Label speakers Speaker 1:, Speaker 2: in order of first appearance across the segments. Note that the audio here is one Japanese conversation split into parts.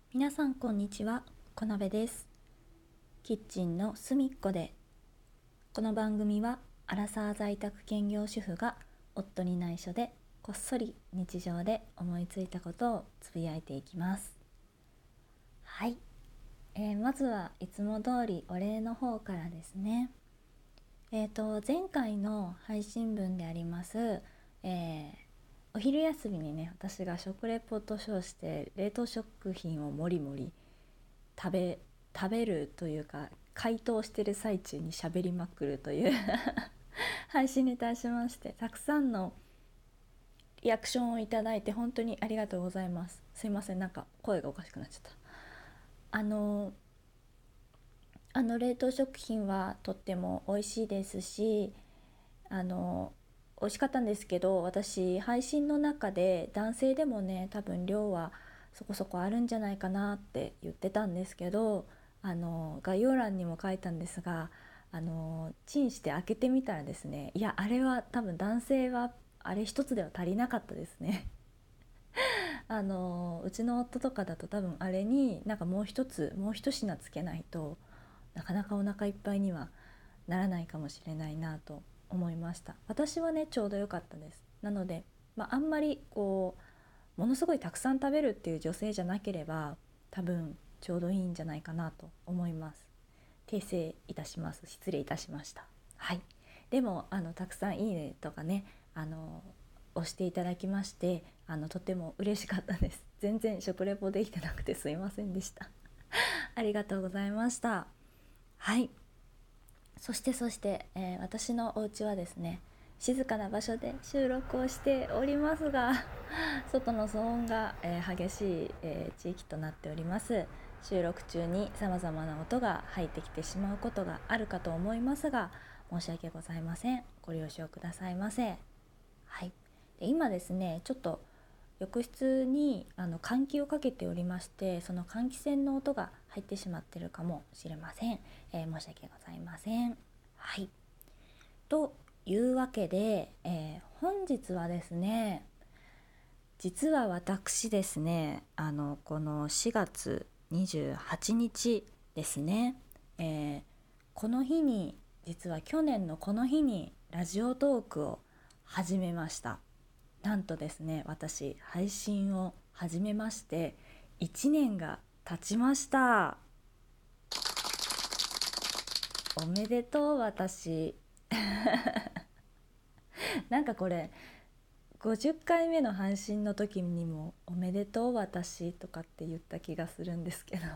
Speaker 1: 皆さんこんにちは、こなべです。キッチンの隅っこで。この番組はアラサー在宅兼業主婦が夫に内緒でこっそり日常で思いついたことをつぶやいていきます。はい、まずはいつも通りお礼の方からですね。前回の配信分であります、お昼休みにね、私が食レポと称して冷凍食品をもりもり食べるというか、解凍してる最中に喋りまくるという配信に対しまして、たくさんのリアクションをいただいて本当にありがとうございます。すいません、なんか声がおかしくなっちゃった。冷凍食品はとっても美味しいですし、美味しかったんですけど、私配信の中で男性でもね、多分量はそこそこあるんじゃないかなって言ってたんですけど、概要欄にも書いたんですが、チンして開けてみたらですね、いや、あれは多分男性はあれ一つでは足りなかったですね。うちの夫とかだと多分あれになんかもう一品つけないとなかなかお腹いっぱいにはならないかもしれないなと思いました。私はね、ちょうど良かったです。なので、あんまりものすごいたくさん食べるっていう女性じゃなければ多分ちょうどいいんじゃないかなと思います。訂正いたします。失礼いたしました。はい。でもたくさんいいねとかね、押していただきまして、とても嬉しかったです。全然食レポできてなくてすいませんでした。ありがとうございました。はい。そして、私のお家はですね、静かな場所で収録をしておりますが外の騒音が、激しい、地域となっております。収録中にさまざまな音が入ってきてしまうことがあるかと思いますが、申し訳ございません。ご了承くださいませ。はい。で、今ですね、ちょっと浴室に換気をかけておりまして、その換気扇の音が入ってしまっているかもしれません。申し訳ございません。はい。というわけで、本日はですね、実は私ですね、この4月28日ですね、この日に、実は去年のこの日にラジオトークを始めました。なんとですね、私配信を始めまして1年が経ちました。おめでとう。私なんかこれ50回目の配信の時にもおめでとう私とかって言った気がするんですけど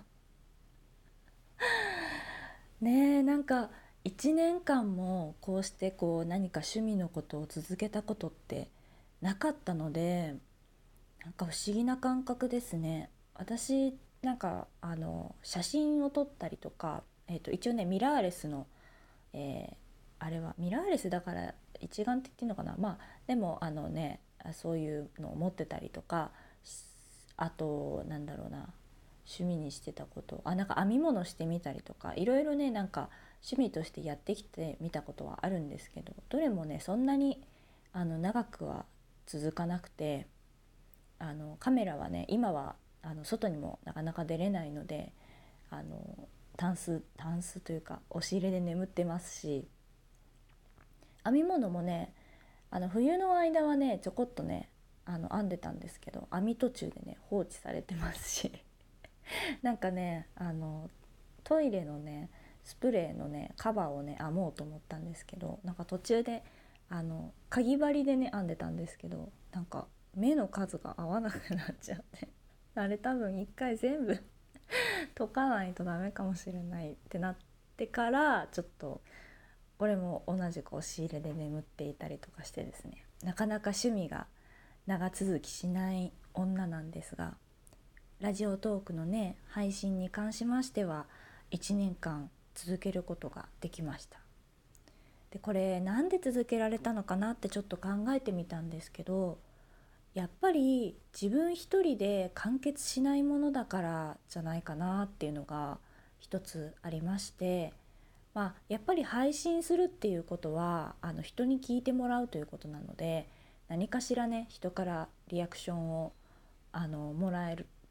Speaker 1: ねえ、なんか1年間もこうして何か趣味のことを続けたことってなかったので、なんか不思議な感覚ですね。私なんか写真を撮ったりとか、一応ねミラーレスの、えーあれはミラーレスだから一眼って言っていいのかな、でもそういうのを持ってたりとか、あとなんだろうな、趣味にしてたこと、なんか編み物してみたりとか、いろいろね、なんか趣味としてやってきてみたことはあるんですけど、どれもねそんなに長くは続かなくて、カメラはね今は外にもなかなか出れないので、あのタンスというか押し入れで眠ってますし、編み物もね冬の間はねちょこっとね編んでたんですけど、編み途中でね放置されてますしなんかねトイレのねスプレーのねカバーをね編もうと思ったんですけど、なんか途中でかぎ針でね編んでたんですけど、なんか目の数が合わなくなっちゃってあれ多分一回全部解かないとダメかもしれないってなってから、ちょっとこれも同じく押し入れで眠っていたりとかしてですね、なかなか趣味が長続きしない女なんですが、ラジオトークのね配信に関しましては1年間続けることができました。でこれなんで続けられたのかなってちょっと考えてみたんですけど、やっぱり自分一人で完結しないものだからじゃないかなっていうのが一つありまして、やっぱり配信するっていうことは人に聞いてもらうということなので、何かしらね人からリアクションをもらえ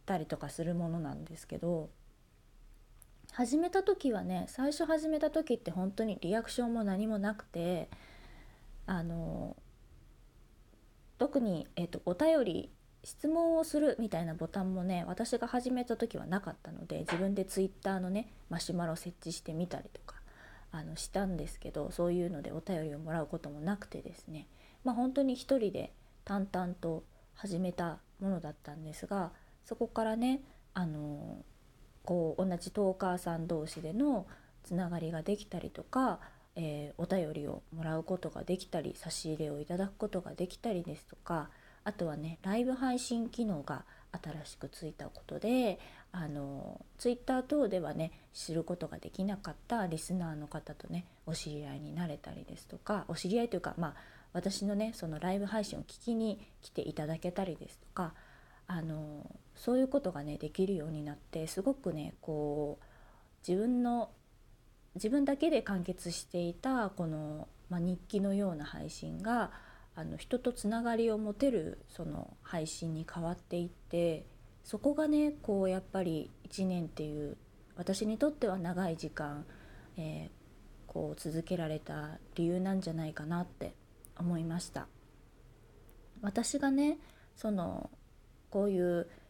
Speaker 1: たりとかするものなんですけど、始めた時はね、最初始めた時って本当にリアクションも何もなくて、あの特に、お便り質問をするみたいなボタンもね、私が始めた時はなかったので、自分でツイッターのねマシュマロ設置してみたりとかしたんですけど、そういうのでお便りをもらうこともなくてですね、本当に一人で淡々と始めたものだったんですが、そこからね、こう同じトーカーさん同士でのつながりができたりとか、お便りをもらうことができたり、差し入れをいただくことができたりですとか、あとはねライブ配信機能が新しくついたことで、ツイッター等ではね知ることができなかったリスナーの方とねお知り合いになれたりですとか、お知り合いというか、私のねそのライブ配信を聞きに来ていただけたりですとか、そういうことがねできるようになって、すごくねこう自分だけで完結していたこの、日記のような配信が人とつながりを持てるその配信に変わっていって、そこがねこうやっぱり1年っていう私にとっては長い時間、こう続けられた理由なんじゃないかなって思いました。私がねこういう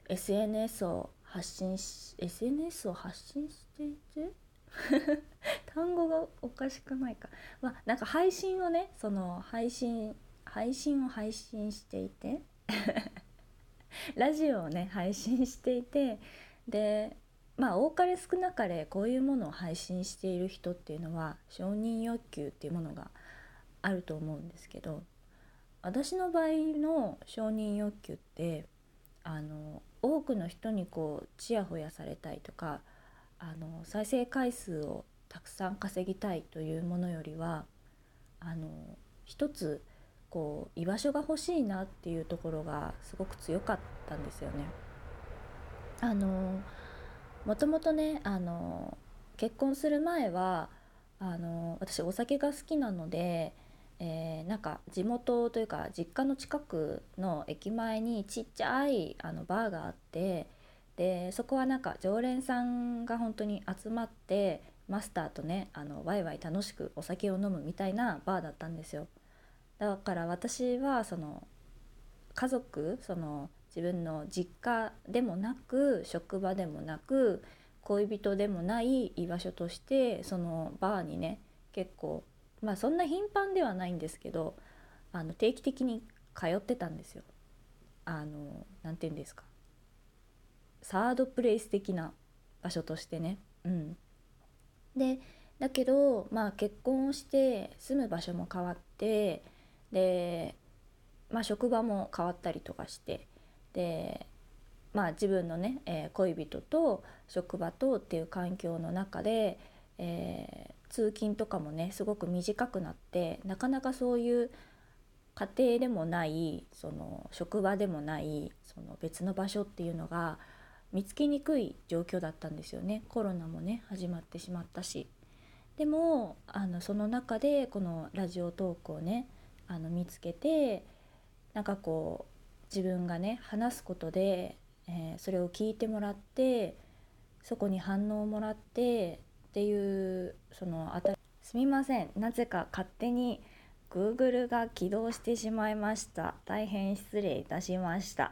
Speaker 1: SNS を発信していて単語がおかしくないか、なんか配信をね配信を配信していてラジオをね配信していて、で多かれ少なかれこういうものを配信している人っていうのは承認欲求っていうものがあると思うんですけど、私の場合の承認欲求って多くの人にこうちやほやされたいとか、再生回数をたくさん稼ぎたいというものよりは、一つこう居場所が欲しいなっていうところがすごく強かったんですよね。もともとね結婚する前は私お酒が好きなので、なんか地元というか実家の近くの駅前にちっちゃいバーがあって、でそこはなんか常連さんが本当に集まってマスターとねワイワイ楽しくお酒を飲むみたいなバーだったんですよ。だから私はその家族、自分の実家でもなく職場でもなく恋人でもない居場所としてそのバーにね結構そんな頻繁ではないんですけど定期的に通ってたんですよ。なんて言うんですか、サードプレイス的な場所としてね。でだけど結婚をして住む場所も変わって、で職場も変わったりとかして、で自分のね、恋人と職場とっていう環境の中で、通勤とかもねすごく短くなって、なかなかそういう家庭でもないその職場でもないその別の場所っていうのが見つけにくい状況だったんですよね。コロナもね始まってしまったし。でもその中でこのラジオトークをね見つけて、なんかこう自分がね話すことで、それを聞いてもらって、そこに反応をもらってっていうすみません、なぜか勝手に Google が起動してしまいました。大変失礼いたしました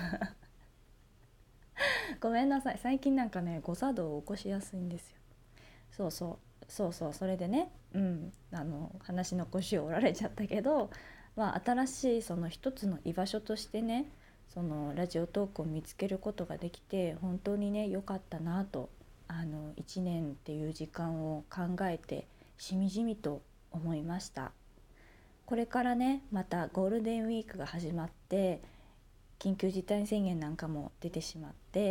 Speaker 1: ごめんなさい、最近なんかね誤作動を起こしやすいんですよ。そう、それでね、話の腰を折られちゃったけど、新しいその一つの居場所としてねそのラジオトークを見つけることができて、本当にね良かったなと1年っていう時間を考えてしみじみと思いました。これからねまたゴールデンウィークが始まって、緊急事態宣言なんかも出てしまって、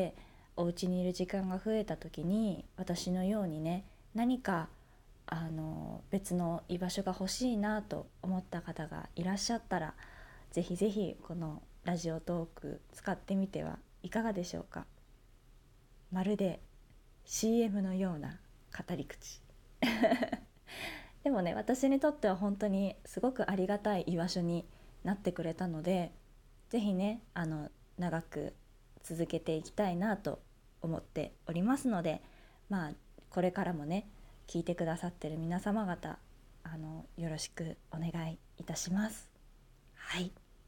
Speaker 1: お家にいる時間が増えた時に、私のようにね何か別の居場所が欲しいなと思った方がいらっしゃったら、ぜひぜひこのラジオトーク使ってみてはいかがでしょうか。まるで CM のような語り口でもね私にとっては本当にすごくありがたい居場所になってくれたので、ぜひね長く続けていきたいなと思っておりますので、これからもね聞いてくださってる皆様方よろしくお願いいたします。はい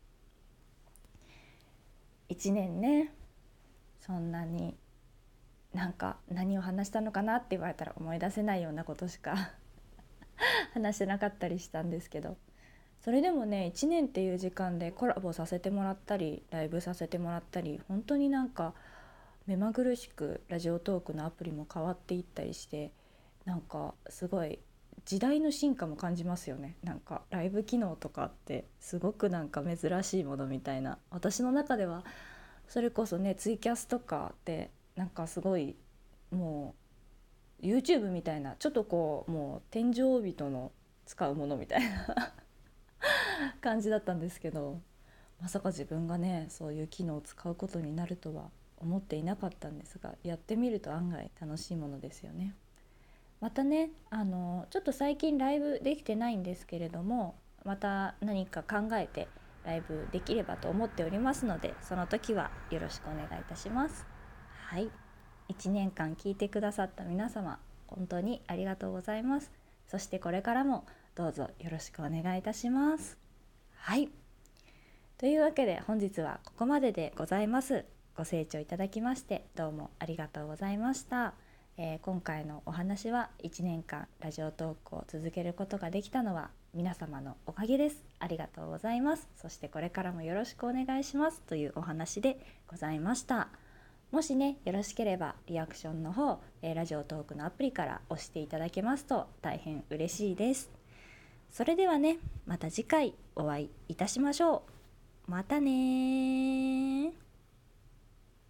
Speaker 1: 、1年ね、そんなに何を話したのかなって言われたら思い出せないようなことしか話してなかったりしたんですけど、それでもね1年っていう時間でコラボさせてもらったりライブさせてもらったり、本当に目まぐるしくラジオトークのアプリも変わっていったりして、すごい時代の進化も感じますよね。ライブ機能とかってすごく珍しいものみたいな、私の中ではそれこそねツイキャスとかってすごいもう YouTube みたいな、ちょっともう天井人の使うものみたいな感じだったんですけど、まさか自分がねそういう機能を使うことになるとは思っていなかったんですが、やってみると案外楽しいものですよね。またねちょっと最近ライブできてないんですけれども、また何か考えてライブできればと思っておりますので、その時はよろしくお願いいたします。はい、1年間聞いてくださった皆様、本当にありがとうございます。そしてこれからもどうぞよろしくお願いいたします。はい、というわけで本日はここまででございます。ご清聴いただきましてどうもありがとうございました。今回のお話は1年間ラジオトークを続けることができたのは皆様のおかげです。ありがとうございます。そしてこれからもよろしくお願いしますというお話でございました。もしねよろしければリアクションの方、ラジオトークのアプリから押していただけますと大変嬉しいです。それではね、また次回お会いいたしましょう。またね。